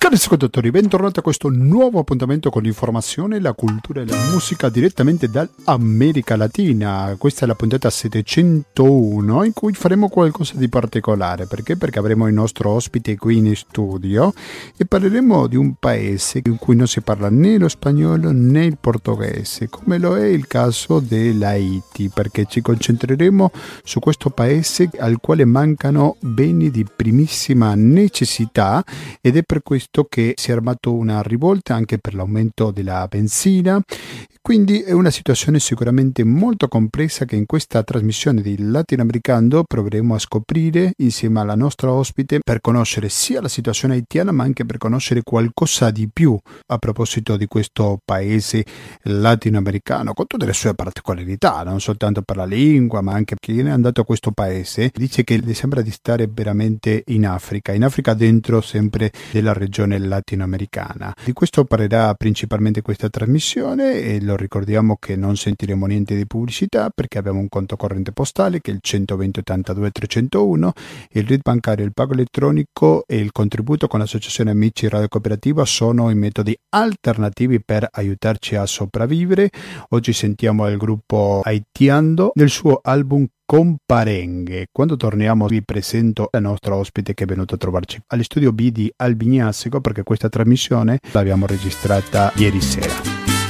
Cari ascoltatori, bentornati a questo nuovo appuntamento con l'informazione, la cultura e la musica direttamente dall'America Latina. Questa è la puntata 701 in cui faremo qualcosa di particolare. Perché? Perché avremo il nostro ospite qui in studio e parleremo di un paese in cui non si parla né lo spagnolo né il portoghese, come lo è il caso dell'Haiti, perché ci concentreremo su questo paese al quale mancano beni di primissima necessità ed è per questo che si è armato una rivolta anche per l'aumento della benzina. Quindi è una situazione sicuramente molto complessa che in questa trasmissione di Latinoamericano proveremo a scoprire insieme alla nostra ospite per conoscere sia la situazione haitiana ma anche per conoscere qualcosa di più a proposito di questo paese latinoamericano con tutte le sue particolarità, non soltanto per la lingua ma anche chi è andato a questo paese dice che le sembra di stare veramente in Africa dentro sempre della regione latinoamericana. Di questo parlerà principalmente questa trasmissione e lo ricordiamo che non sentiremo niente di pubblicità perché abbiamo un conto corrente postale che è il 120 82 301, il RID bancario, il pago elettronico e il contributo con l'associazione Amici Radio Cooperativa sono i metodi alternativi per aiutarci a sopravvivere. Oggi sentiamo il gruppo Haitiando del suo album Comparengue. Quando torniamo vi presento la nostra ospite che è venuta a trovarci allo studio B di Albignasego perché questa trasmissione l'abbiamo registrata ieri sera.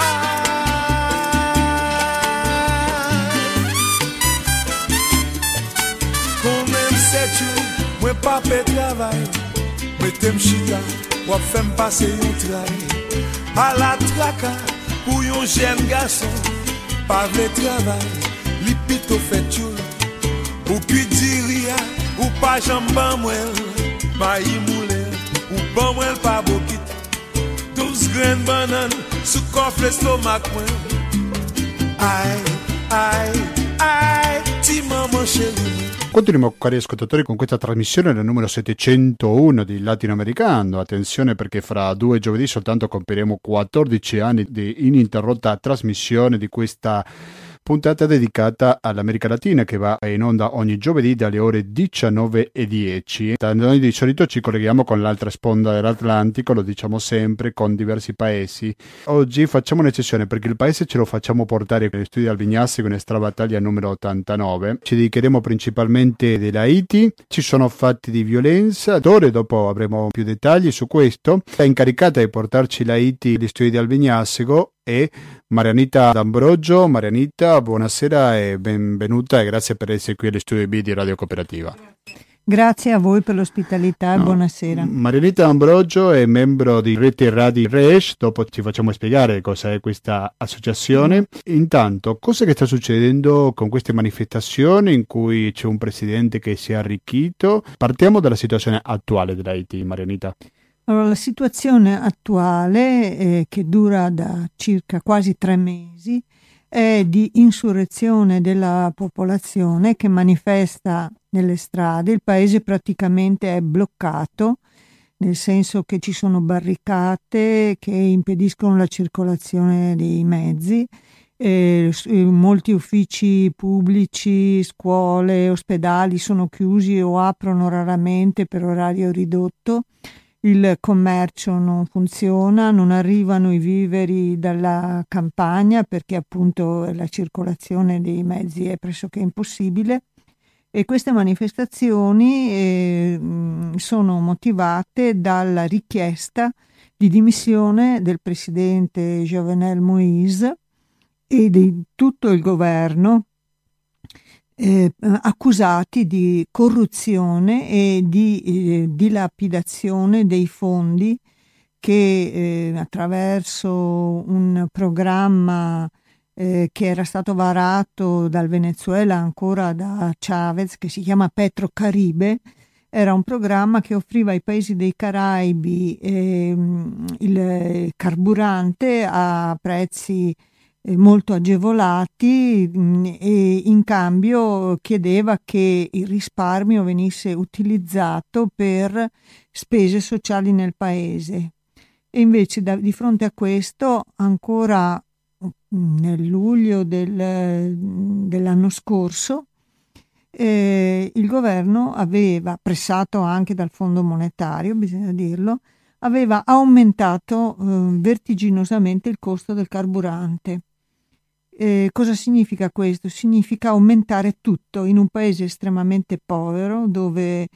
Mwen pa pe travay, metem chita, wap fem pase yon tray. A la traka, pou yon jen gason, pa vle travay, li pito fet chou. Ou pi diria, ou pa jamban mwen, ma yi moulen, ou ban mwen pa bokit. 12 gren banan, sou kof l'estomak mwen. Ay, ay, ay, ti maman chéri. Continuiamo, cari ascoltatori, con questa trasmissione, la numero 701 di Latinoamericano. Attenzione perché fra 2 giovedì soltanto compiremo 14 anni di ininterrotta trasmissione di questa puntata dedicata all'America Latina che va in onda ogni giovedì dalle ore 19:10. Noi di solito ci colleghiamo con l'altra sponda dell'Atlantico, lo diciamo sempre, con diversi paesi. Oggi facciamo un'eccezione perché il paese ce lo facciamo portare negli studi di Albignasego in Estrada Battaglia numero 89. Ci dedicheremo principalmente dell'Haiti, ci sono fatti di violenza, dopo avremo più dettagli su questo. È incaricata di portarci l'Haiti agli studi di Albignasego e Marianita D'Ambrogio. Marianita, buonasera e benvenuta e grazie per essere qui allo studio B di Radio Cooperativa. Grazie a voi per l'ospitalità e buonasera. Marianita D'Ambrogio è membro di Rete Radio Resh, dopo ci facciamo spiegare cosa è questa associazione. Intanto, cosa che sta succedendo con queste manifestazioni in cui c'è un presidente che si è arricchito? Partiamo dalla situazione attuale dell'Haiti, Marianita. Allora, la situazione attuale, che dura da circa quasi 3 mesi, è di insurrezione della popolazione che manifesta nelle strade. Il paese praticamente è bloccato, nel senso che ci sono barricate che impediscono la circolazione dei mezzi. Molti uffici pubblici, scuole, ospedali sono chiusi o aprono raramente per orario ridotto. Il commercio non funziona, non arrivano i viveri dalla campagna perché appunto la circolazione dei mezzi è pressoché impossibile e queste manifestazioni sono motivate dalla richiesta di dimissione del presidente Jovenel Moïse e di tutto il governo accusati di corruzione e di dilapidazione dei fondi che attraverso un programma che era stato varato dal Venezuela ancora da Chavez, che si chiama Petrocaribe, era un programma che offriva ai paesi dei Caraibi il carburante a prezzi molto agevolati e in cambio chiedeva che il risparmio venisse utilizzato per spese sociali nel paese. E invece di fronte a questo, ancora nel luglio dell'anno scorso, il governo aveva, pressato anche dal Fondo Monetario, bisogna dirlo, aveva aumentato vertiginosamente il costo del carburante. Cosa significa questo? Significa aumentare tutto in un paese estremamente povero, dove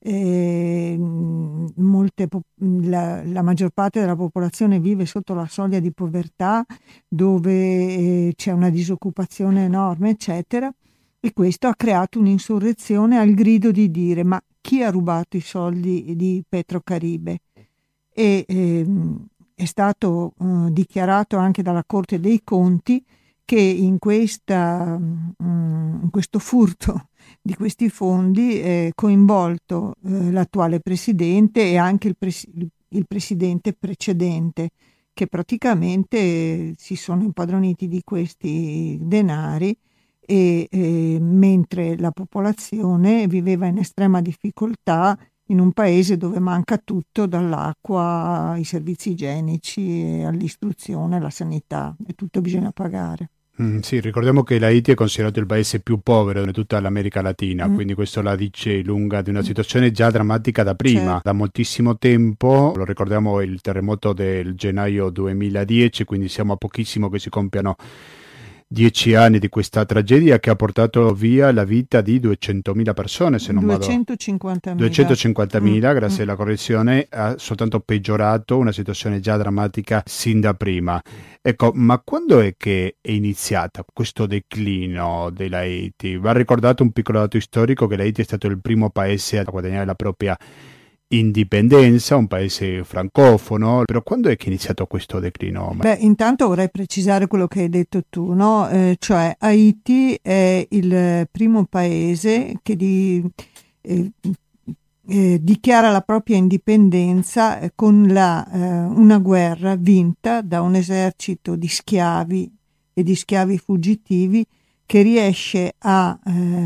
la maggior parte della popolazione vive sotto la soglia di povertà, dove c'è una disoccupazione enorme, eccetera, e questo ha creato un'insurrezione al grido di dire: ma chi ha rubato i soldi di Petrocaribe? E è stato dichiarato anche dalla Corte dei Conti che in questo furto di questi fondi è coinvolto l'attuale presidente e anche il presidente precedente, che praticamente si sono impadroniti di questi denari mentre la popolazione viveva in estrema difficoltà in un paese dove manca tutto, dall'acqua ai servizi igienici, all'istruzione, alla sanità, e tutto bisogna pagare. Sì, ricordiamo che l'Haiti è considerato il paese più povero di tutta l'America Latina, quindi questo la dice lunga di una situazione già drammatica da prima, certo, da moltissimo tempo. Lo ricordiamo, il terremoto del gennaio 2010, quindi siamo a pochissimo che si compiano 10 anni di questa tragedia che ha portato via la vita di 200.000 persone, se non 250.000. 250.000, grazie alla correzione, ha soltanto peggiorato una situazione già drammatica sin da prima. Ecco, ma quando è che è iniziata questo declino dell'Haiti? Va ricordato un piccolo dato storico, che l'Haiti è stato il primo paese a guadagnare la propria indipendenza, un paese francofono, però quando è che è iniziato questo declino? Beh, intanto vorrei precisare quello che hai detto tu, no? Cioè Haiti è il primo paese che dichiara la propria indipendenza con una guerra vinta da un esercito di schiavi e di schiavi fuggitivi che riesce a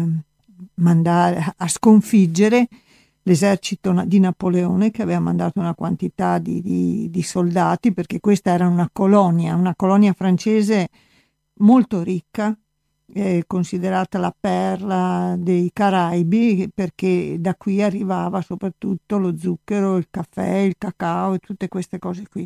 sconfiggere l'esercito di Napoleone, che aveva mandato una quantità di soldati, perché questa era una colonia francese molto ricca, considerata la perla dei Caraibi, perché da qui arrivava soprattutto lo zucchero, il caffè, il cacao e tutte queste cose qui.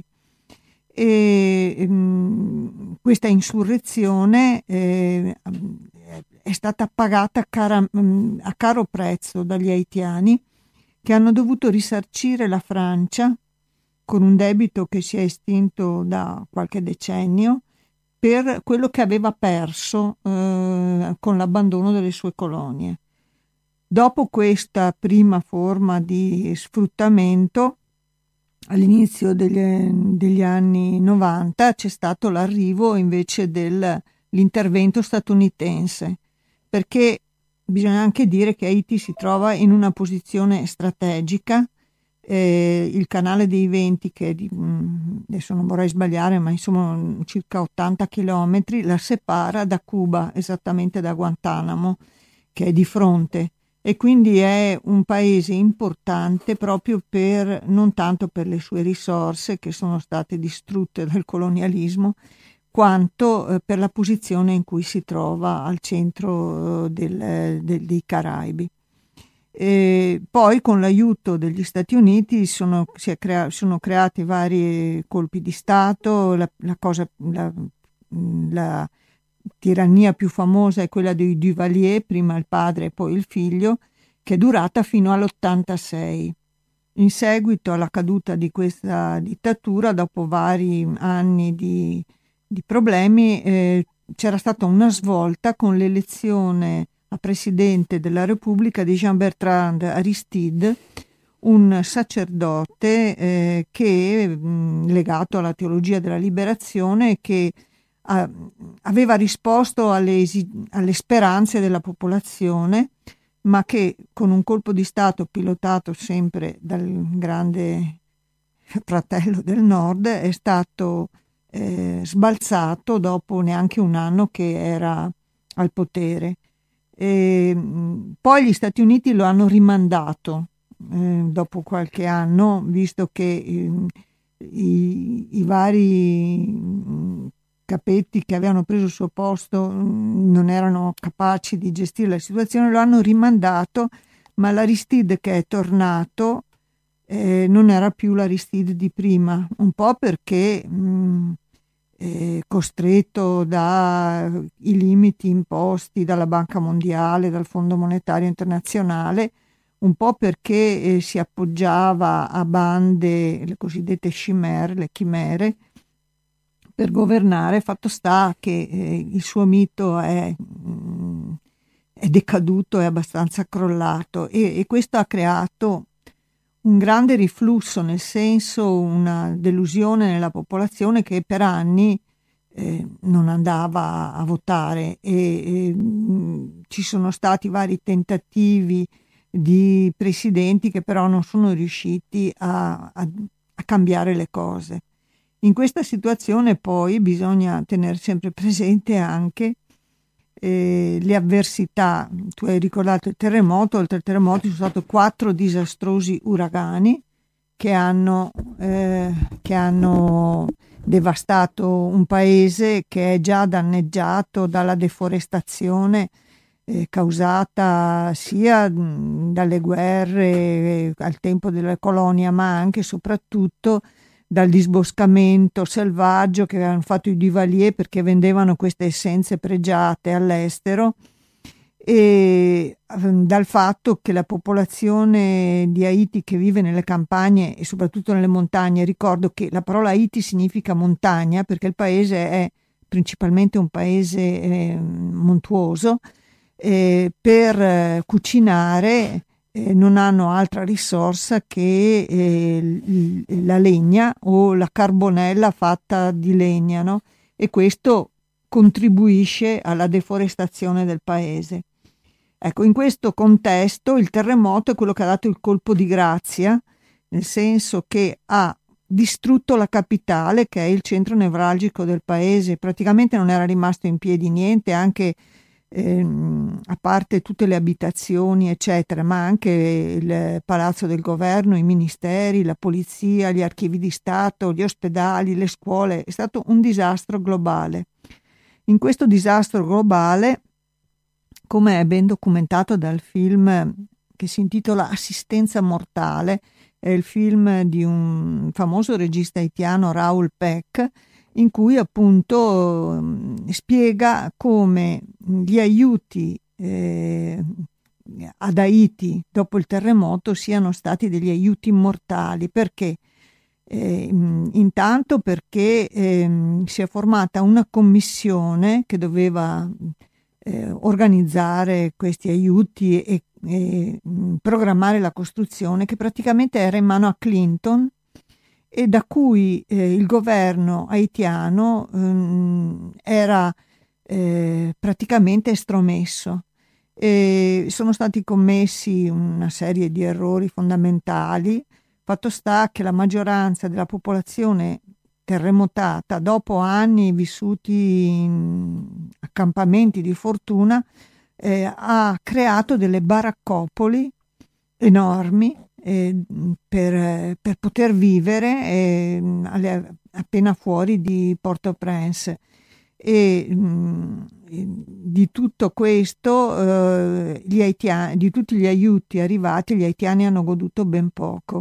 E questa insurrezione è stata pagata a caro prezzo dagli haitiani, che hanno dovuto risarcire la Francia con un debito che si è estinto da qualche decennio per quello che aveva perso con l'abbandono delle sue colonie. Dopo questa prima forma di sfruttamento, all'inizio degli anni 90, c'è stato l'arrivo invece dell'intervento statunitense, perché bisogna anche dire che Haiti si trova in una posizione strategica. Il canale dei Venti, che adesso non vorrei sbagliare, ma insomma circa 80 chilometri, la separa da Cuba, esattamente da Guantanamo, che è di fronte, e quindi è un paese importante proprio non tanto per le sue risorse, che sono state distrutte dal colonialismo, quanto per la posizione in cui si trova al centro dei Caraibi. Poi con l'aiuto degli Stati Uniti sono creati vari colpi di Stato. La tirannia più famosa è quella dei Duvalier, prima il padre e poi il figlio, che è durata fino all'86. In seguito alla caduta di questa dittatura, dopo vari anni di problemi, c'era stata una svolta con l'elezione a presidente della Repubblica di Jean-Bertrand Aristide, un sacerdote che legato alla teologia della liberazione, che aveva risposto alle speranze della popolazione, ma che con un colpo di Stato pilotato sempre dal grande fratello del Nord è stato sbalzato dopo neanche un anno che era al potere. Poi gli Stati Uniti lo hanno rimandato dopo qualche anno, visto che i vari capetti che avevano preso il suo posto non erano capaci di gestire la situazione. Lo hanno rimandato, ma l'Aristide, che è tornato, non era più l'Aristide di prima, un po' perché costretto dai limiti imposti dalla Banca Mondiale, dal Fondo Monetario Internazionale, un po' perché si appoggiava a bande, le cosiddette chimere, le chimere, per governare. Fatto sta che il suo mito è decaduto, è abbastanza crollato, e questo ha creato un grande riflusso, nel senso una delusione nella popolazione che per anni non andava a votare, e ci sono stati vari tentativi di presidenti che però non sono riusciti a cambiare le cose. In questa situazione poi bisogna tenere sempre presente anche le avversità. Tu hai ricordato il terremoto. Oltre al terremoto ci sono stati 4 disastrosi uragani che hanno devastato un paese che è già danneggiato dalla deforestazione causata sia dalle guerre al tempo della colonia, ma anche e soprattutto dal disboscamento selvaggio che avevano fatto i Duvalier perché vendevano queste essenze pregiate all'estero, e dal fatto che la popolazione di Haiti che vive nelle campagne e soprattutto nelle montagne, ricordo che la parola Haiti significa montagna perché il paese è principalmente un paese montuoso, per cucinare non hanno altra risorsa che la legna o la carbonella fatta di legna, no? E questo contribuisce alla deforestazione del paese. Ecco, in questo contesto il terremoto è quello che ha dato il colpo di grazia, nel senso che ha distrutto la capitale, che è il centro nevralgico del paese. Praticamente non era rimasto in piedi niente, anche a parte tutte le abitazioni eccetera, ma anche il palazzo del governo, i ministeri, la polizia, gli archivi di Stato, gli ospedali, le scuole. È stato un disastro globale. In questo disastro globale, come è ben documentato dal film che si intitola Assistenza mortale, è il film di un famoso regista haitiano, Raoul Peck, in cui appunto spiega come gli aiuti ad Haiti dopo il terremoto siano stati degli aiuti mortali. Perché? Intanto perché si è formata una commissione che doveva organizzare questi aiuti e programmare la costruzione, che praticamente era in mano a Clinton, e da cui il governo haitiano era praticamente estromesso. Sono stati commessi una serie di errori fondamentali. Fatto sta che la maggioranza della popolazione terremotata, dopo anni vissuti in accampamenti di fortuna, ha creato delle baraccopoli enormi per poter vivere appena fuori di Port-au-Prince. E di tutto questo, di tutti gli aiuti arrivati, gli haitiani hanno goduto ben poco.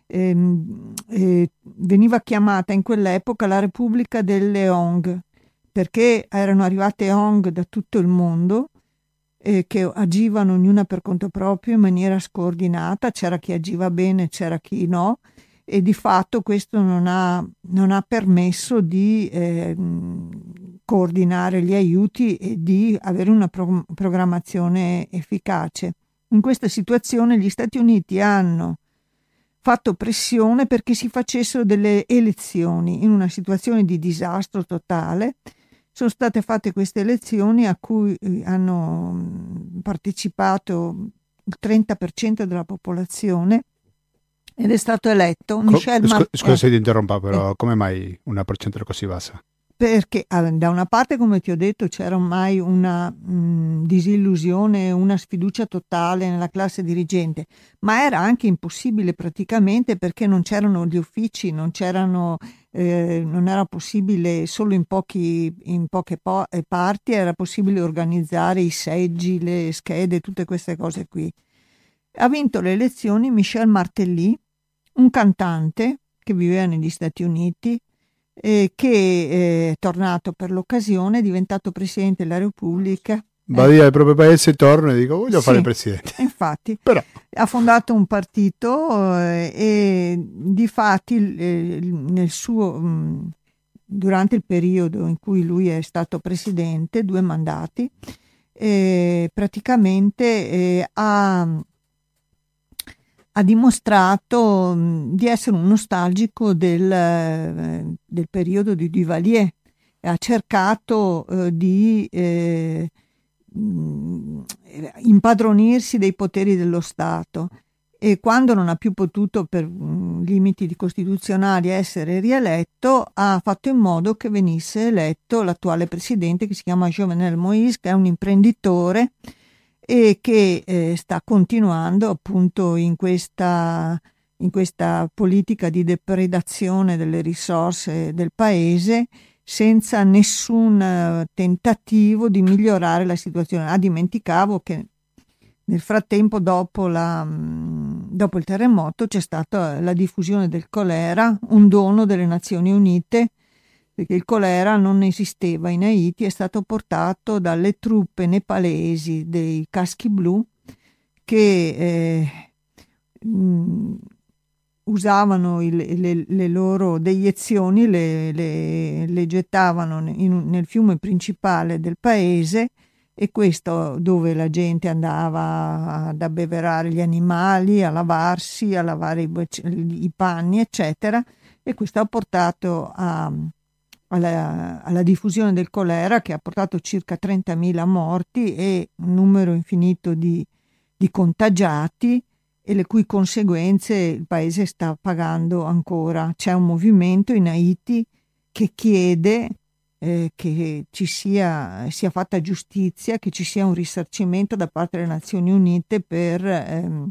Veniva chiamata in quell'epoca la Repubblica delle Hong, perché erano arrivate Hong da tutto il mondo, che agivano ognuna per conto proprio in maniera scordinata. C'era chi agiva bene, c'era chi no, e di fatto questo non ha permesso di coordinare gli aiuti e di avere una programmazione efficace. In questa situazione gli Stati Uniti hanno fatto pressione perché si facessero delle elezioni in una situazione di disastro totale. Sono state fatte queste elezioni a cui hanno partecipato il 30% della popolazione ed è stato eletto Michel Martelly. Scusa se ti interrompo, però come mai una percentuale così bassa? Perché da una parte, come ti ho detto, c'era ormai una disillusione, una sfiducia totale nella classe dirigente, ma era anche impossibile praticamente perché non c'erano gli uffici, non era possibile, solo in poche parti era possibile organizzare i seggi, le schede, tutte queste cose qui. Ha vinto le elezioni Michel Martelly, un cantante che viveva negli Stati Uniti, che è tornato per l'occasione, è diventato presidente della Repubblica. Va via al proprio paese, torna e dico voglio fare il presidente. Infatti, però ha fondato un partito e difatti nel suo durante il periodo in cui lui è stato presidente, 2 mandati, praticamente ha dimostrato di essere un nostalgico del periodo di Duvalier. Ha cercato di impadronirsi dei poteri dello Stato, e quando non ha più potuto per limiti costituzionali essere rieletto, ha fatto in modo che venisse eletto l'attuale presidente, che si chiama Jovenel Moïse, che è un imprenditore e che sta continuando appunto in questa politica di depredazione delle risorse del paese, senza nessun tentativo di migliorare la situazione. Dimenticavo che nel frattempo, dopo il terremoto, c'è stata la diffusione del colera, un dono delle Nazioni Unite, perché il colera non esisteva in Haiti, è stato portato dalle truppe nepalesi dei caschi blu, che usavano le loro deiezioni, le gettavano nel fiume principale del paese, e questo dove la gente andava ad abbeverare gli animali, a lavarsi, a lavare i panni, eccetera, e questo ha portato alla diffusione del colera, che ha portato circa 30.000 morti e un numero infinito di contagiati, e le cui conseguenze il paese sta pagando ancora. C'è un movimento in Haiti che chiede che sia fatta giustizia, che ci sia un risarcimento da parte delle Nazioni Unite per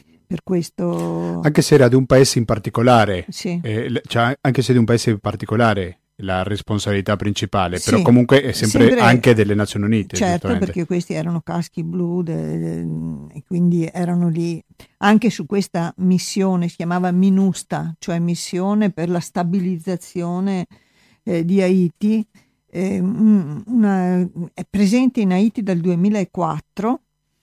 questo. Anche se era di un paese in particolare, sì. Anche se di un paese in particolare la responsabilità principale, sì. Però comunque è sempre anche delle Nazioni Unite. Certo, perché questi erano caschi blu e quindi erano lì. Anche su questa missione, si chiamava MINUSTA, cioè missione per la stabilizzazione di Haiti, è presente in Haiti dal 2004.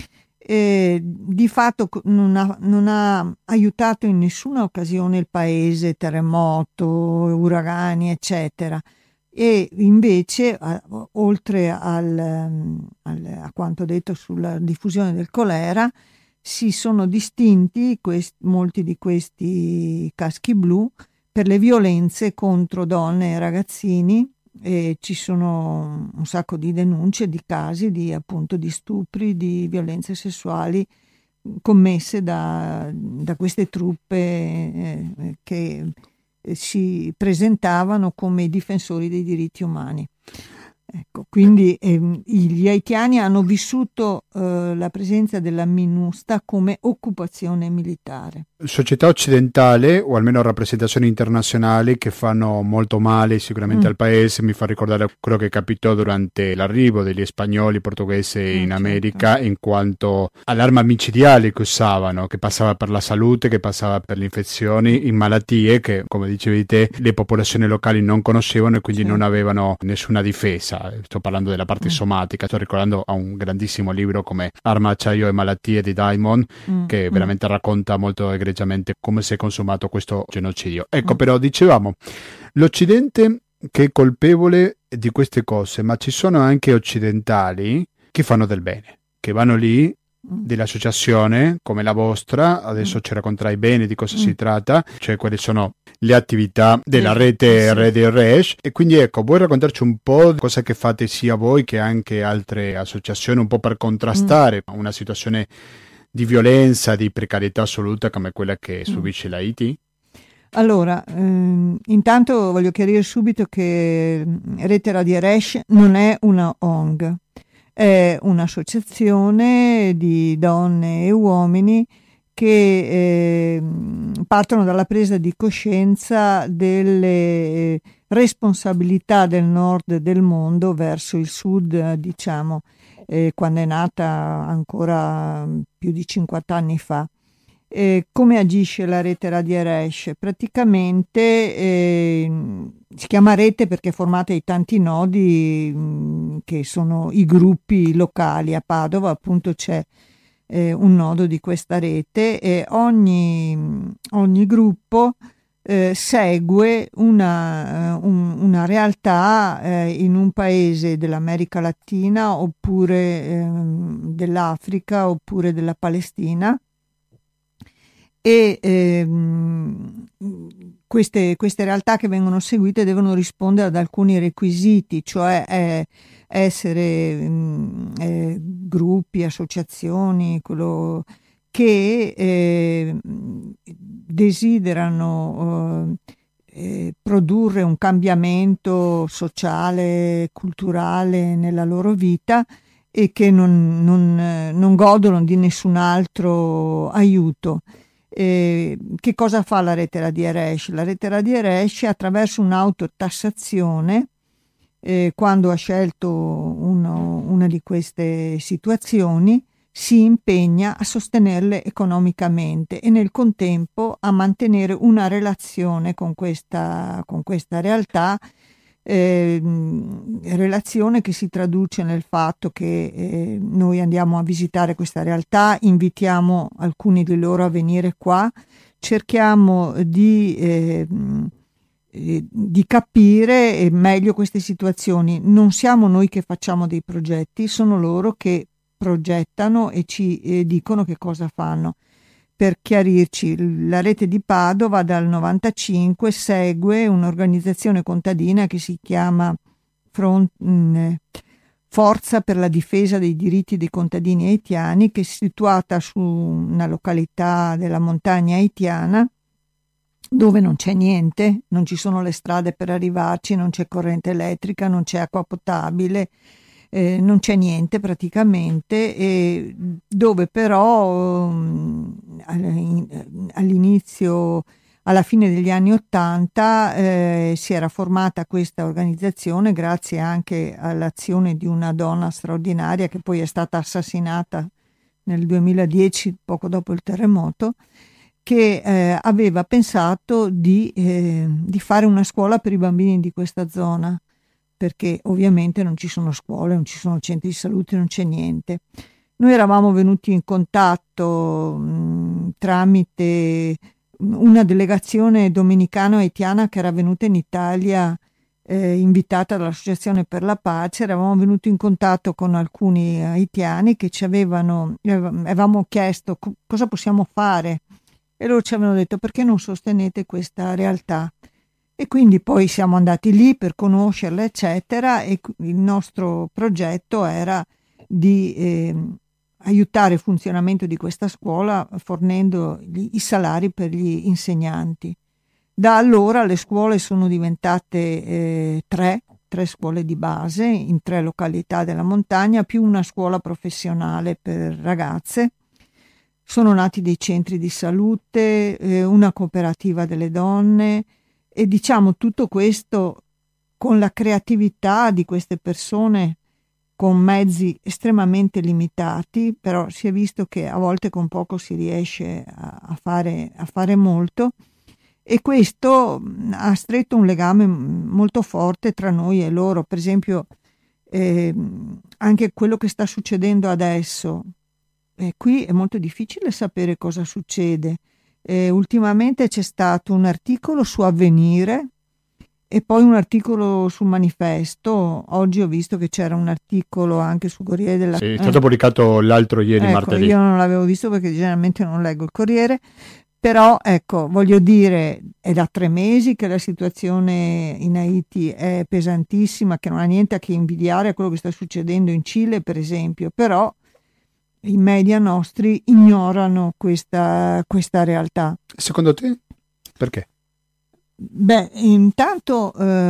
Di fatto non ha aiutato in nessuna occasione il paese, terremoto, uragani, eccetera, e invece oltre a quanto detto sulla diffusione del colera, si sono distinti molti di questi caschi blu per le violenze contro donne e ragazzini, e ci sono un sacco di denunce di casi di stupri, di violenze sessuali commesse da queste truppe che si presentavano come difensori dei diritti umani. Ecco, quindi gli haitiani hanno vissuto la presenza della MINUSTA come occupazione militare. Società occidentale, o almeno rappresentazioni internazionali, che fanno molto male sicuramente al paese. Mi fa ricordare quello che capitò durante l'arrivo degli spagnoli portoghesi in America, certo. In quanto all'arma micidiale che usavano, che passava per la salute, che passava per le infezioni, in malattie che, come dicevi te, le popolazioni locali non conoscevano e quindi non avevano nessuna difesa. Sto parlando della parte somatica, sto ricordando a un grandissimo libro come Arma, acciaio e malattie di Diamond, che veramente racconta molto egregiamente come si è consumato questo genocidio. Ecco, però dicevamo, l'Occidente che è colpevole di queste cose, ma ci sono anche occidentali che fanno del bene, che vanno lì, dell'associazione come la vostra, adesso ci racconterai bene di cosa si tratta, cioè quali sono le attività della rete Radio Resh, e quindi ecco, vuoi raccontarci un po' cosa che fate sia voi che anche altre associazioni, un po' per contrastare una situazione di violenza, di precarietà assoluta come quella che subisce l'Haiti? Allora, intanto voglio chiarire subito che Rete Radio Resh non è una ONG, è un'associazione di donne e uomini che partono dalla presa di coscienza delle responsabilità del nord del mondo verso il sud, diciamo, quando è nata ancora più di 50 anni fa. Come agisce la rete Radio Resh? Praticamente si chiama rete perché è formata di tanti nodi che sono i gruppi locali. A Padova appunto c'è un nodo di questa rete e ogni gruppo segue una realtà in un paese dell'America Latina oppure dell'Africa oppure della Palestina, e queste realtà che vengono seguite devono rispondere ad alcuni requisiti, cioè essere gruppi, associazioni, quello che desiderano produrre un cambiamento sociale, culturale nella loro vita e che non godono di nessun altro aiuto. Che cosa fa la rete Radio Resh? La rete Radio Resh, attraverso un'autotassazione, quando ha scelto una di queste situazioni, si impegna a sostenerle economicamente e nel contempo a mantenere una relazione con questa realtà, relazione che si traduce nel fatto che noi andiamo a visitare questa realtà, invitiamo alcuni di loro a venire qua, cerchiamo di capire meglio queste situazioni. Non siamo noi che facciamo dei progetti, sono loro che progettano e ci dicono che cosa fanno. Per chiarirci, la rete di Padova dal 95 segue un'organizzazione contadina che si chiama Forza per la difesa dei diritti dei contadini haitiani, che è situata su una località della montagna haitiana dove non c'è niente, non ci sono le strade per arrivarci, non c'è corrente elettrica, non c'è acqua potabile, non c'è niente praticamente, e dove però all'inizio, alla fine degli anni '80 si era formata questa organizzazione grazie anche all'azione di una donna straordinaria che poi è stata assassinata nel 2010 poco dopo il terremoto, che aveva pensato di fare una scuola per i bambini di questa zona, perché ovviamente non ci sono scuole, non ci sono centri di salute, non c'è niente. Noi eravamo venuti in contatto tramite una delegazione dominicano-haitiana che era venuta in Italia, invitata dall'Associazione per la Pace. Eravamo venuti in contatto con alcuni haitiani che avevamo chiesto cosa possiamo fare, e loro ci avevano detto: perché non sostenete questa realtà? E quindi poi siamo andati lì per conoscerla, eccetera, e il nostro progetto era di aiutare il funzionamento di questa scuola fornendo i salari per gli insegnanti. Da allora le scuole sono diventate tre scuole di base in 3 località della montagna, più una scuola professionale per ragazze. Sono nati dei centri di salute, una cooperativa delle donne, e diciamo tutto questo con la creatività di queste persone con mezzi estremamente limitati, però si è visto che a volte con poco si riesce a fare molto, e questo ha stretto un legame molto forte tra noi e loro. Per esempio anche quello che sta succedendo adesso, qui è molto difficile sapere cosa succede. Ultimamente c'è stato un articolo su Avvenire e poi un articolo sul Manifesto. Oggi ho visto che c'era un articolo anche sul Corriere della Sì, è stato pubblicato l'altro ieri, martedì. Io non l'avevo visto perché generalmente non leggo il Corriere, però ecco, voglio dire, è da 3 mesi che la situazione in Haiti è pesantissima, che non ha niente a che invidiare a quello che sta succedendo in Cile, per esempio, però i media nostri ignorano questa realtà. Secondo te perché? Beh, intanto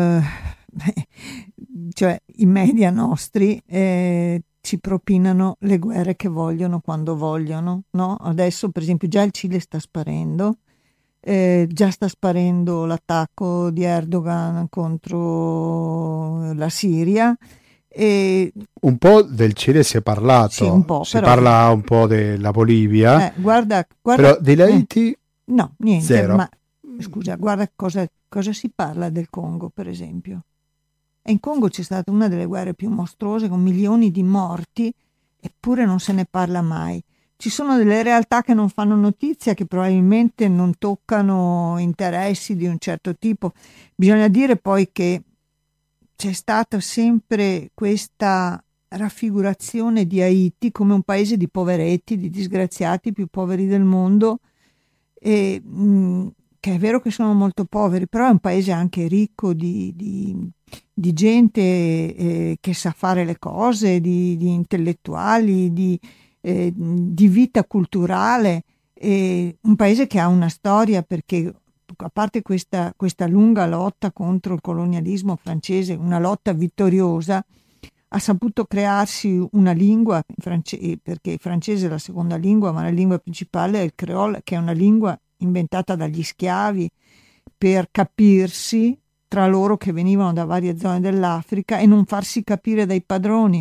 cioè i media nostri ci propinano le guerre che vogliono quando vogliono, no? Adesso per esempio già il Cile sta sparendo, già sta sparendo l'attacco di Erdogan contro la Siria, E un po' del Cile si è parlato, sì, un po', si però, parla un po' della Bolivia, guarda, però dell'Haiti no, niente, zero. ma scusa, guarda cosa si parla del Congo, per esempio. E in Congo c'è stata una delle guerre più mostruose con milioni di morti, eppure non se ne parla mai. Ci sono delle realtà che non fanno notizia, che probabilmente non toccano interessi di un certo tipo. Bisogna dire poi che c'è stata sempre questa raffigurazione di Haiti come un paese di poveretti, di disgraziati, più poveri del mondo, e che è vero che sono molto poveri, però è un paese anche ricco di gente che sa fare le cose, di intellettuali, di vita culturale, un paese che ha una storia, perché a parte questa lunga lotta contro il colonialismo francese, una lotta vittoriosa, ha saputo crearsi una lingua perché il francese è la seconda lingua, ma la lingua principale è il creole, che è una lingua inventata dagli schiavi per capirsi tra loro, che venivano da varie zone dell'Africa, e non farsi capire dai padroni.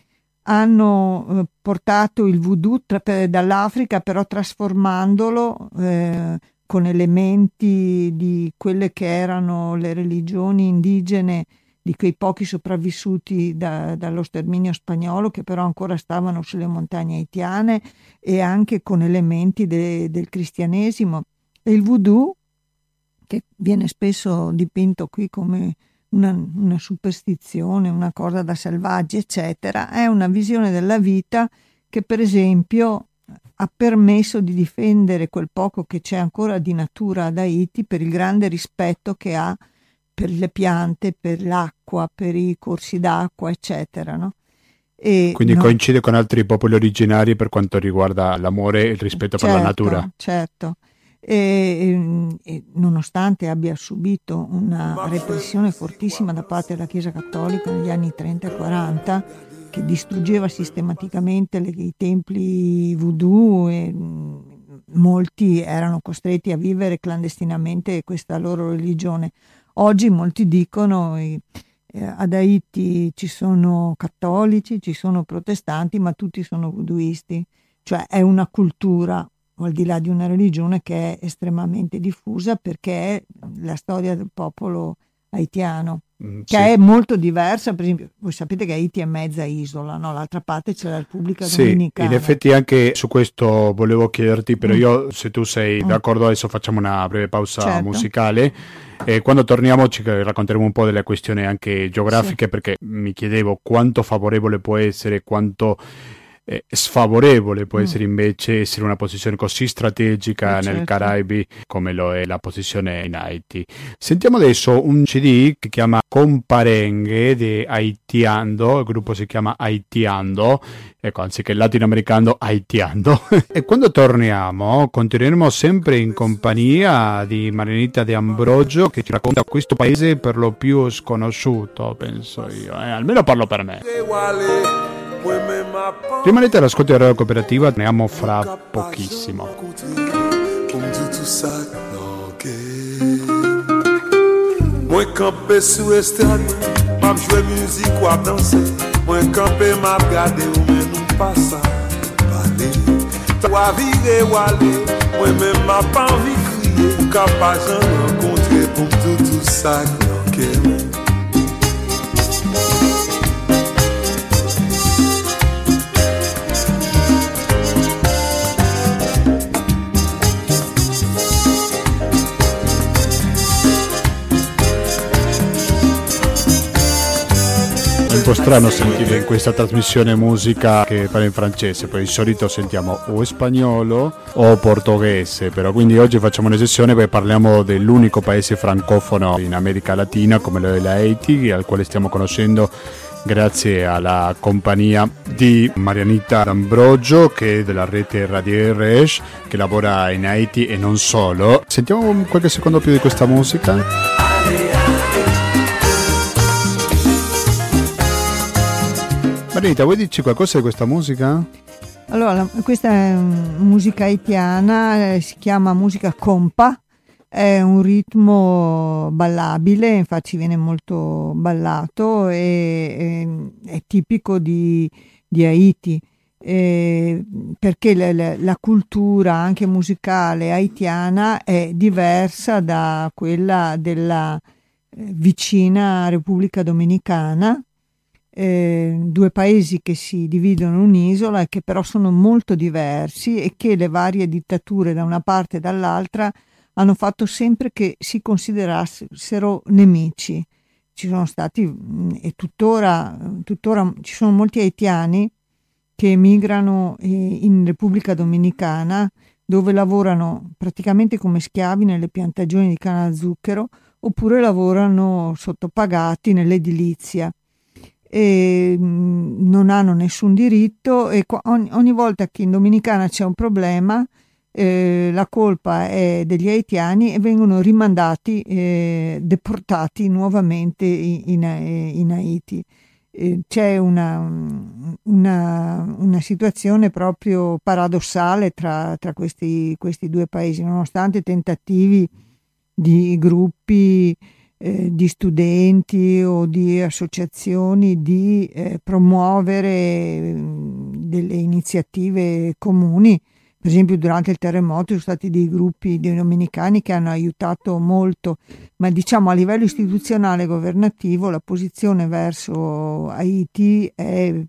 Hanno portato il voodoo dall'Africa, però trasformandolo con elementi di quelle che erano le religioni indigene di quei pochi sopravvissuti dallo sterminio spagnolo, che però ancora stavano sulle montagne haitiane, e anche con elementi del cristianesimo. E il voodoo, che viene spesso dipinto qui come una superstizione, una cosa da selvaggi, eccetera, è una visione della vita che, per esempio, ha permesso di difendere quel poco che c'è ancora di natura ad Haiti, per il grande rispetto che ha per le piante, per l'acqua, per i corsi d'acqua, eccetera, no? E quindi coincide con altri popoli originari per quanto riguarda l'amore e il rispetto per la natura. Certo. E nonostante abbia subito una repressione fortissima da parte della Chiesa Cattolica negli anni 30 e 40, che distruggeva sistematicamente i templi voodoo, e molti erano costretti a vivere clandestinamente questa loro religione. Oggi molti dicono ad Haiti ci sono cattolici, ci sono protestanti, ma tutti sono voodooisti, cioè è una cultura, al di là di una religione, che è estremamente diffusa, perché è la storia del popolo haitiano, che è molto diversa. Per esempio, voi sapete che Haiti è mezza isola, no? L'altra parte c'è la Repubblica Dominicana. In effetti anche su questo volevo chiederti, però io, se tu sei d'accordo, adesso facciamo una breve pausa musicale, e quando torniamo ci racconteremo un po' delle questioni anche geografiche, perché mi chiedevo quanto favorevole può essere, quanto sfavorevole può essere invece essere una posizione così strategica nel Caraibi come lo è la posizione in Haiti. Sentiamo adesso un CD che chiama Comparengue di Haitiando, il gruppo si chiama Haitiando, ecco, anziché latinoamericano, Haitiando. E quando torniamo continueremo sempre in compagnia di Marianita De Ambrogio, che ci racconta questo paese per lo più sconosciuto, penso io, almeno parlo per me. Rimanete all'ascolto di Radio Cooperativa, torniamo fra pochissimo. Moi campé sur estrade, m'a joué musique ou danser. Moi campé m'a regardé ou mais nous pas ça parler. Toi virer ou aller, moi même m'a pas envie crier. Ou capable de rencontrer pour tout ça que È un po' strano sentire in questa trasmissione musica che parla in francese, poi di solito sentiamo o spagnolo o portoghese, però quindi oggi facciamo un'eccezione perché parliamo dell'unico paese francofono in America Latina come lo è l'Haiti, al quale stiamo conoscendo grazie alla compagnia di Marianita D'Ambrogio, che è della rete Radio RS, che lavora in Haiti e non solo. Sentiamo qualche secondo più di questa musica. Marianita, vuoi dirci qualcosa di questa musica? Allora, questa è musica haitiana, si chiama musica compa, È un ritmo ballabile, infatti viene molto ballato e è tipico di Haiti, perché la cultura anche musicale haitiana è diversa da quella della vicina Repubblica Dominicana, due paesi che si dividono in un'isola e che però sono molto diversi e che le varie dittature da una parte e dall'altra hanno fatto sempre che si considerassero nemici. Ci sono stati e tuttora ci sono molti haitiani che emigrano in Repubblica Dominicana, dove lavorano praticamente come schiavi nelle piantagioni di canna da zucchero oppure lavorano sottopagati nell'edilizia e non hanno nessun diritto e ogni volta che in Dominicana c'è un problema la colpa è degli haitiani e vengono rimandati, deportati nuovamente in Haiti. C'è una situazione proprio paradossale tra questi due paesi, nonostante tentativi di gruppi di studenti o di associazioni di promuovere delle iniziative comuni. Per esempio durante il terremoto ci sono stati dei gruppi di dominicani che hanno aiutato molto, ma diciamo a livello istituzionale e governativo la posizione verso Haiti è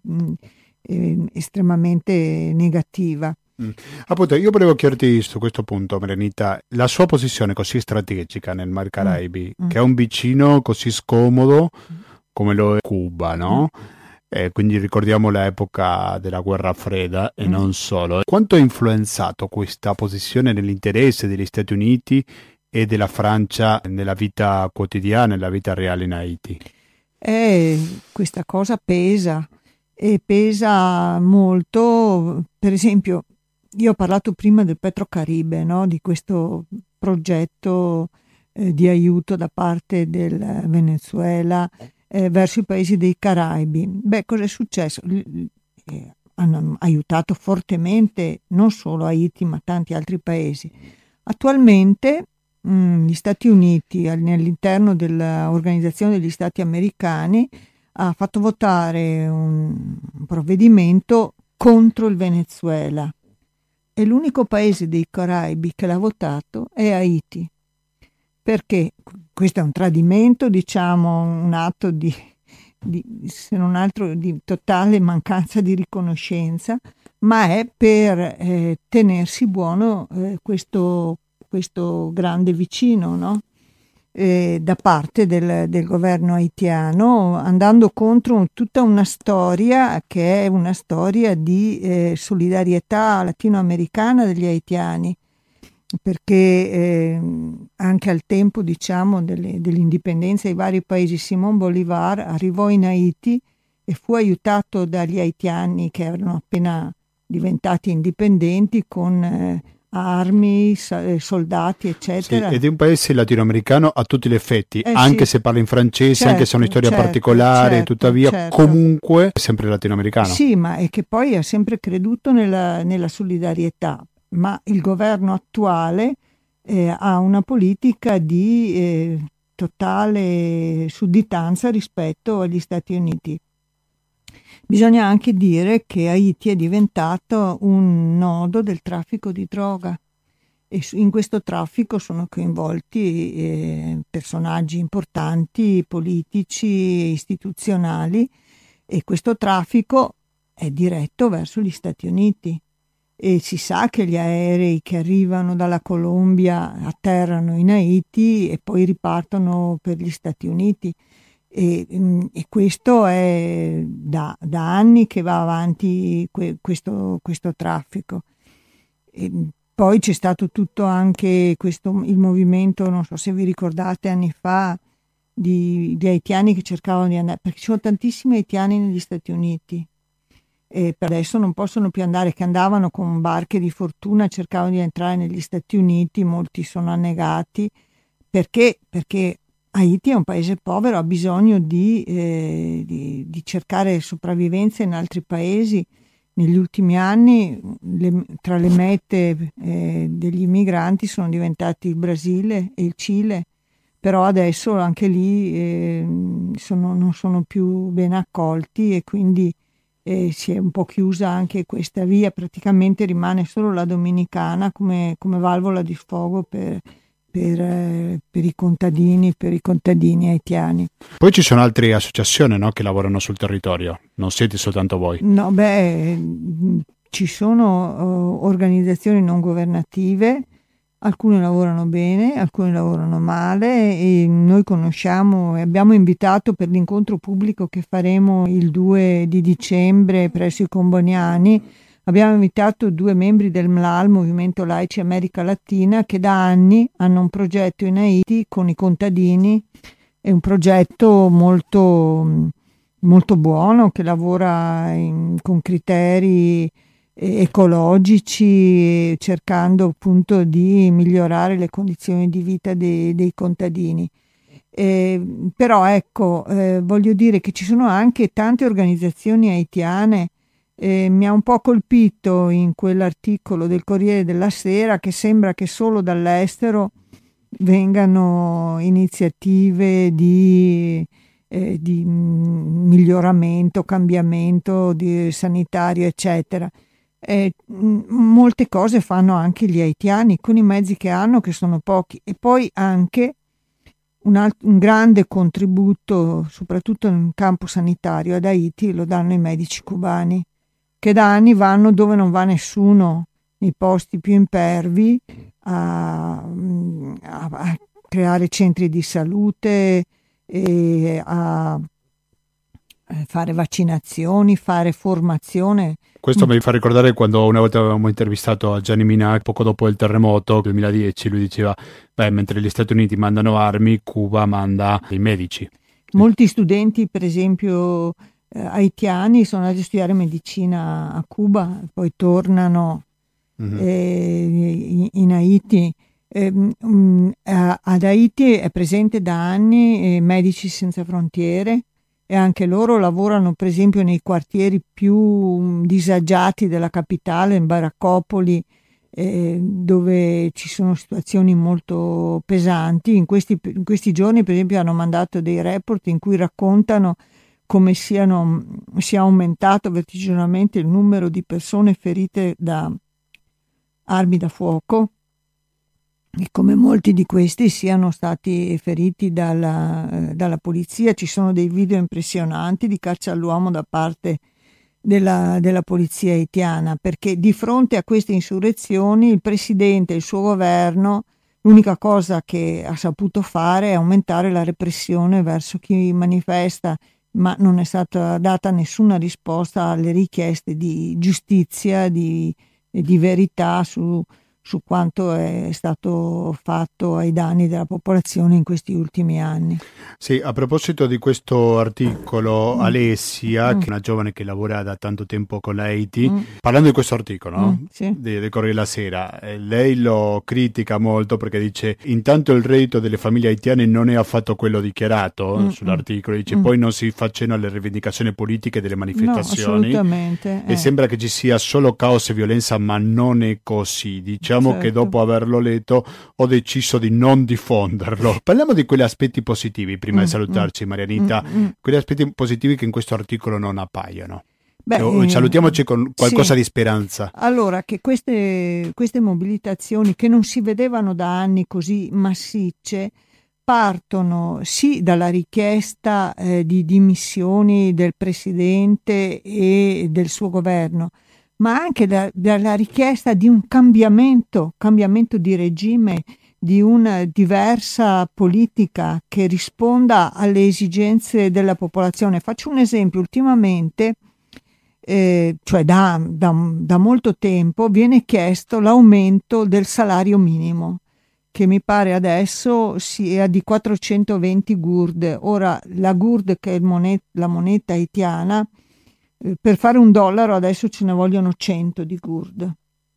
estremamente negativa. Appunto, io volevo chiederti su questo punto, Merenita, la sua posizione così strategica nel Mar Caraibi, che è un vicino così scomodo come lo è Cuba, no? Quindi ricordiamo l'epoca della guerra fredda e non solo. Quanto ha influenzato questa posizione nell'interesse degli Stati Uniti e della Francia nella vita quotidiana, nella vita reale in Haiti? Questa cosa pesa e pesa molto. Per esempio, io ho parlato prima del Petrocaribe, no? Di questo progetto di aiuto da parte del Venezuela verso i paesi dei Caraibi. Beh, cosa è successo? Hanno aiutato fortemente non solo Haiti ma tanti altri paesi. Attualmente gli Stati Uniti all'interno dell'Organizzazione degli Stati Americani ha fatto votare un provvedimento contro il Venezuela e l'unico paese dei Caraibi che l'ha votato è Haiti. Perché questo è un tradimento, diciamo, un atto di se non altro di totale mancanza di riconoscenza, ma è per tenersi buono questo grande vicino, no? Da parte del governo haitiano, andando contro tutta una storia che è una storia di solidarietà latinoamericana degli haitiani, perché anche al tempo, diciamo, dell'indipendenza dei vari paesi Simón Bolívar arrivò in Haiti e fu aiutato dagli haitiani che erano appena diventati indipendenti con armi, soldati, eccetera. Sì, ed è un paese latinoamericano a tutti gli effetti, anche se parla in francese, certo, anche se ha una storia particolare, tuttavia comunque sempre latinoamericano. Sì, ma è che poi ha sempre creduto nella solidarietà. Ma il governo attuale ha una politica di totale sudditanza rispetto agli Stati Uniti. Bisogna anche dire che Haiti è diventato un nodo del traffico di droga e in questo traffico sono coinvolti personaggi importanti, politici, istituzionali, e questo traffico è diretto verso gli Stati Uniti. E si sa che gli aerei che arrivano dalla Colombia atterrano in Haiti e poi ripartono per gli Stati Uniti e questo è da anni che va avanti questo traffico. E poi c'è stato tutto anche il movimento, non so se vi ricordate, anni fa di haitiani che cercavano di andare, perché ci sono tantissimi haitiani negli Stati Uniti e per adesso non possono più andare, che andavano con barche di fortuna, cercavano di entrare negli Stati Uniti, molti sono annegati perché Haiti è un paese povero, ha bisogno di cercare sopravvivenza in altri paesi, negli ultimi anni tra le mete degli immigranti sono diventati il Brasile e il Cile, però adesso anche lì non sono più ben accolti e quindi si è un po' chiusa anche questa via, praticamente rimane solo la Dominicana come valvola di sfogo per i contadini haitiani. Poi ci sono altre associazioni, no, che lavorano sul territorio, non siete soltanto voi. No, ci sono organizzazioni non governative, alcune lavorano bene, alcune lavorano male, e noi conosciamo e abbiamo invitato per l'incontro pubblico che faremo il 2 di dicembre presso i Comboniani. Abbiamo invitato 2 membri del MLAL, Movimento Laici America Latina, che da anni hanno un progetto in Haiti con i contadini. È un progetto molto, molto buono, che lavora con criteri ecologici, cercando appunto di migliorare le condizioni di vita dei contadini. Però ecco, voglio dire che ci sono anche tante organizzazioni haitiane. Mi ha un po' colpito in quell'articolo del Corriere della Sera che sembra che solo dall'estero vengano iniziative di miglioramento, cambiamento sanitario, eccetera. Molte cose fanno anche gli haitiani con i mezzi che hanno, che sono pochi, e poi anche un grande contributo, soprattutto in campo sanitario ad Haiti, lo danno i medici cubani, che da anni vanno dove non va nessuno, nei posti più impervi, a creare centri di salute, e a fare vaccinazioni, fare formazione. Questo mi fa ricordare quando una volta avevamo intervistato a Gianni Minac poco dopo il terremoto del 2010, lui diceva mentre gli Stati Uniti mandano armi, Cuba manda i medici. Molti studenti, per esempio haitiani, sono andati a studiare medicina a Cuba, poi tornano in Haiti. Ad Haiti è presente da anni Medici Senza Frontiere, e anche loro lavorano per esempio nei quartieri più disagiati della capitale, in baraccopoli, dove ci sono situazioni molto pesanti. In questi giorni per esempio hanno mandato dei report in cui raccontano come sia aumentato vertiginosamente il numero di persone ferite da armi da fuoco, e come molti di questi siano stati feriti dalla polizia. Ci sono dei video impressionanti di caccia all'uomo da parte della polizia haitiana, perché di fronte a queste insurrezioni il presidente e il suo governo l'unica cosa che ha saputo fare è aumentare la repressione verso chi manifesta, ma non è stata data nessuna risposta alle richieste di giustizia, di verità su quanto è stato fatto ai danni della popolazione in questi ultimi anni. Sì, a proposito di questo articolo, Alessia, che è una giovane che lavora da tanto tempo con l'Haiti, parlando di questo articolo, no? Sì. Del Corriere della Sera, lei lo critica molto perché dice: intanto il reddito delle famiglie haitiane non è affatto quello dichiarato sull'articolo, dice poi non si fa cenno alle rivendicazioni politiche delle manifestazioni, no, assolutamente, e sembra che ci sia solo caos e violenza, ma non è così. Diciamo che dopo averlo letto ho deciso di non diffonderlo. Parliamo di quegli aspetti positivi prima di salutarci, Marianita, quegli aspetti positivi che in questo articolo non appaiono. Salutiamoci con qualcosa di speranza. Allora, che queste mobilitazioni che non si vedevano da anni così massicce partono sì dalla richiesta di dimissioni del presidente e del suo governo, ma anche dalla richiesta di un cambiamento di regime, di una diversa politica che risponda alle esigenze della popolazione. Faccio un esempio: ultimamente, cioè da molto tempo, viene chiesto l'aumento del salario minimo, che mi pare adesso sia di 420 gourd. Ora, la gourd, che è la moneta haitiana, per fare $1 adesso ce ne vogliono 100 di gourd.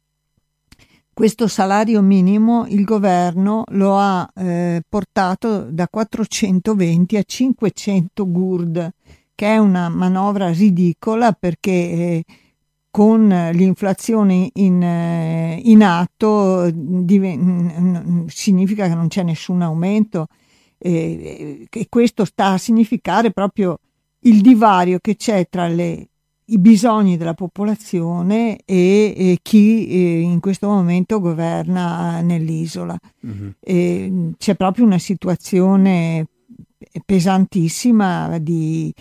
Questo salario minimo il governo lo ha portato da 420 a 500 gourd, che è una manovra ridicola, perché con l'inflazione in atto significa che non c'è nessun aumento, e questo sta a significare proprio il divario che c'è tra i bisogni della popolazione e chi in questo momento governa nell'isola. C'è proprio una situazione pesantissima di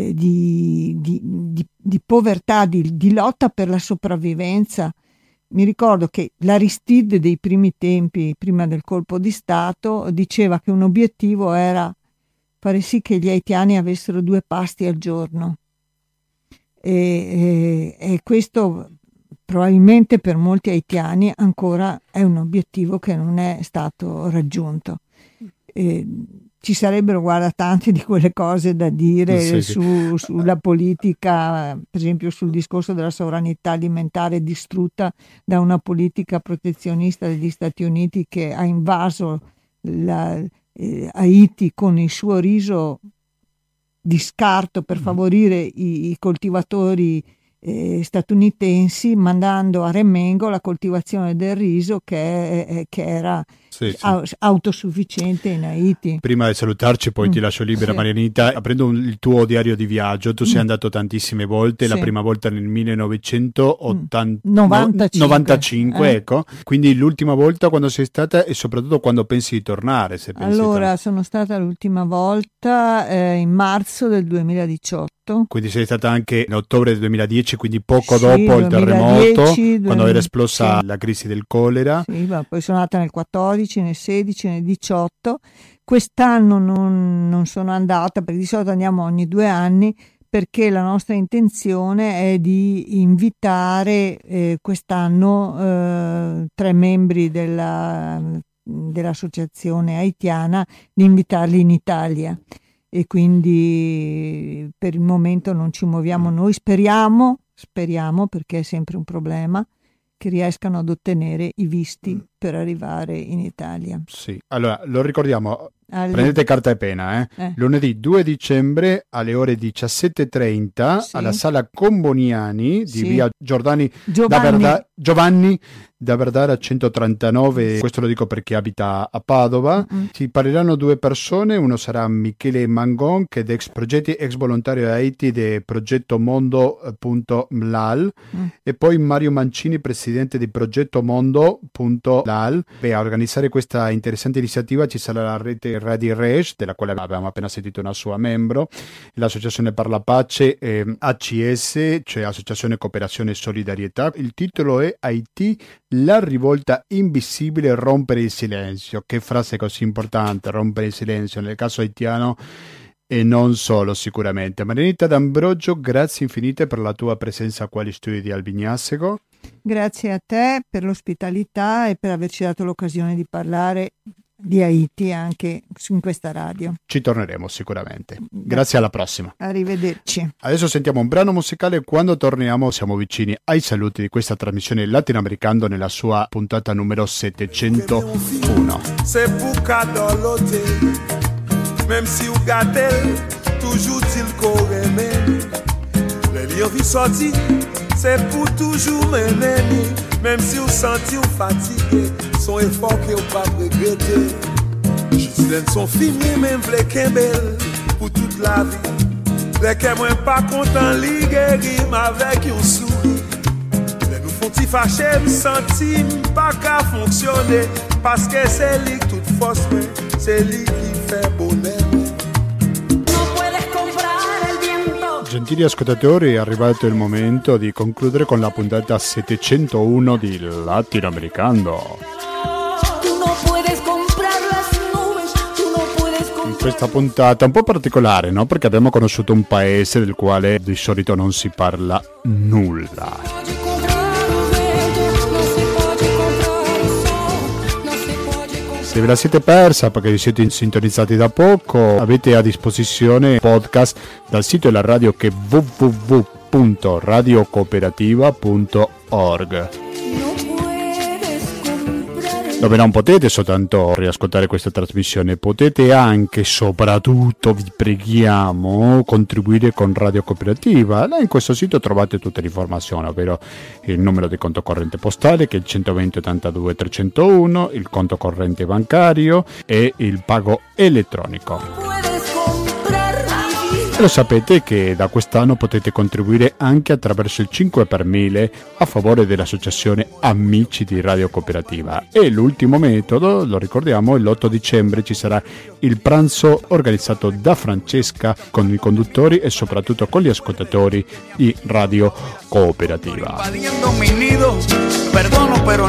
povertà, di lotta per la sopravvivenza. Mi ricordo che l'Aristide dei primi tempi, prima del colpo di Stato, diceva che un obiettivo era fare sì che gli haitiani avessero 2 pasti al giorno, e questo probabilmente per molti haitiani ancora è un obiettivo che non è stato raggiunto. Ci sarebbero, guarda, tante di quelle cose da dire sulla politica, per esempio sul discorso della sovranità alimentare distrutta da una politica protezionista degli Stati Uniti che ha invaso Haiti con il suo riso di scarto per favorire i coltivatori statunitensi, mandando a remengo la coltivazione del riso che era autosufficiente in Haiti. Prima di salutarci, poi ti lascio libera, Marianita. Aprendo il tuo diario di viaggio, tu sei andato tantissime volte, la prima volta nel 1995, ecco. Quindi l'ultima volta quando sei stata, e soprattutto quando pensi di tornare? Se pensi sono stata l'ultima volta in marzo del 2018. Quindi sei stata anche in ottobre del 2010, quindi poco dopo il terremoto, quando era esplosa la crisi del colera. Poi sono andata nel 14, nel 16, nel 18. Quest'anno non sono andata, perché di solito andiamo ogni 2 anni, perché la nostra intenzione è di invitare quest'anno 3 membri dell'associazione haitiana, di invitarli in Italia. E quindi per il momento non ci muoviamo noi, speriamo, perché è sempre un problema, che riescano ad ottenere i visti per arrivare in Italia. Sì, allora lo ricordiamo, prendete carta e penna, lunedì 2 dicembre alle ore 17:30 alla sala Comboniani di via Giovanni da Verdara 139, questo lo dico perché abita a Padova. Ci parleranno 2 persone, uno sarà Michele Mangon, che è ex volontario a Haiti del progetto Mondo.mlal, e poi Mario Mancini, presidente di progetto Mondo.lal. A organizzare questa interessante iniziativa ci sarà la rete Radio Reg, della quale abbiamo appena sentito una sua membro, l'Associazione per la Pace, ACS, cioè Associazione Cooperazione e Solidarietà. Il titolo è Haiti, la rivolta invisibile, rompere il silenzio. Che frase così importante, rompere il silenzio nel caso haitiano e non solo, sicuramente. Marianita D'Ambrogio, grazie infinite per la tua presenza qua agli studi di Albignasego. Grazie a te per l'ospitalità e per averci dato l'occasione di parlare di Haiti anche in questa radio. Ci torneremo sicuramente. Grazie, alla prossima. Arrivederci. Adesso sentiamo un brano musicale. Quando torniamo siamo vicini ai saluti di questa trasmissione latinoamericana nella sua puntata numero 701. C'est pour cadoloter, même si vous gâtez, toujours il correme. Les lions vi sorti, c'est pour toujours mener. Même si vous sentez fatigué, son effort que vous pas regretter. Juste sont finis, même vle kembel pour toute la vie. Les que moi pas content, li guéri avec un sourire. Les nous font ti fâcher, me sentir pas qu'à fonctionner. Parce que c'est lui toute force, c'est lui qui fait bonheur. Gentili ascoltatori, è arrivato il momento di concludere con la puntata 701 di Latinoamericano. In questa puntata un po' particolare, no? Perché abbiamo conosciuto un paese del quale di solito non si parla nulla. Se ve la siete persa perché vi siete sintonizzati da poco, avete a disposizione podcast dal sito della radio che è www.radiocooperativa.org. dove non potete soltanto riascoltare questa trasmissione, potete anche, soprattutto vi preghiamo, contribuire con Radio Cooperativa. Là in questo sito trovate tutte le informazioni, ovvero il numero di conto corrente postale che è il 120 82 301, il conto corrente bancario e il pago elettronico. E lo sapete che da quest'anno potete contribuire anche attraverso il 5 per 1000 a favore dell'associazione Amici di Radio Cooperativa. E l'ultimo metodo, lo ricordiamo, l'8 dicembre ci sarà il pranzo organizzato da Francesca con i conduttori e soprattutto con gli ascoltatori di Radio Cooperativa. Perdono pero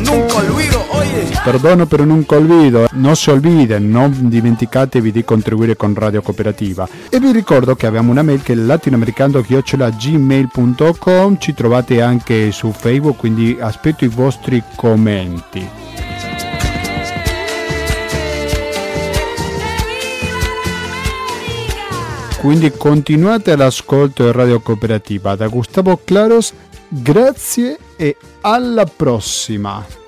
nunca olvido, non si olviden, non dimenticatevi di contribuire con Radio Cooperativa. E vi ricordo che abbiamo una mail che è latinoamericano@gmail.com, ci trovate anche su Facebook, quindi aspetto i vostri commenti. Quindi continuate all'ascolto di Radio Cooperativa. Da Gustavo Claros, grazie e alla prossima!